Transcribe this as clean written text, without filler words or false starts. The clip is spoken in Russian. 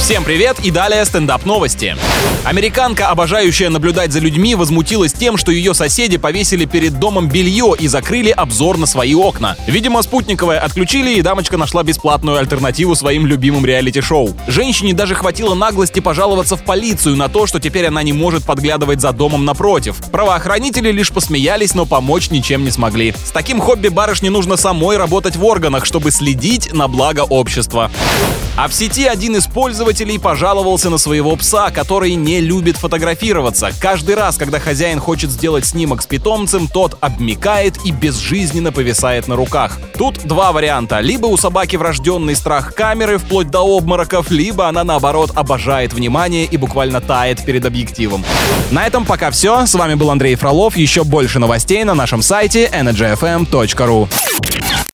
Всем привет и далее стендап-новости. Американка, обожающая наблюдать за людьми, возмутилась тем, что ее соседи повесили перед домом белье и закрыли обзор на свои окна. Видимо, спутниковое отключили, и дамочка нашла бесплатную альтернативу своим любимым реалити-шоу. Женщине даже хватило наглости пожаловаться в полицию на то, что теперь она не может подглядывать за домом напротив. Правоохранители лишь посмеялись, но помочь ничем не смогли. С таким хобби барышне нужно самой работать в органах, чтобы следить на благо общества. А в сети один из пользователей пожаловался на своего пса, который не любит фотографироваться. Каждый раз, когда хозяин хочет сделать снимок с питомцем, тот обмякает и безжизненно повисает на руках. Тут два варианта. Либо у собаки врожденный страх камеры вплоть до обмороков, либо она, наоборот, обожает внимание и буквально тает перед объективом. На этом пока все. С вами был Андрей Фролов. Еще больше новостей на нашем сайте energyfm.ru.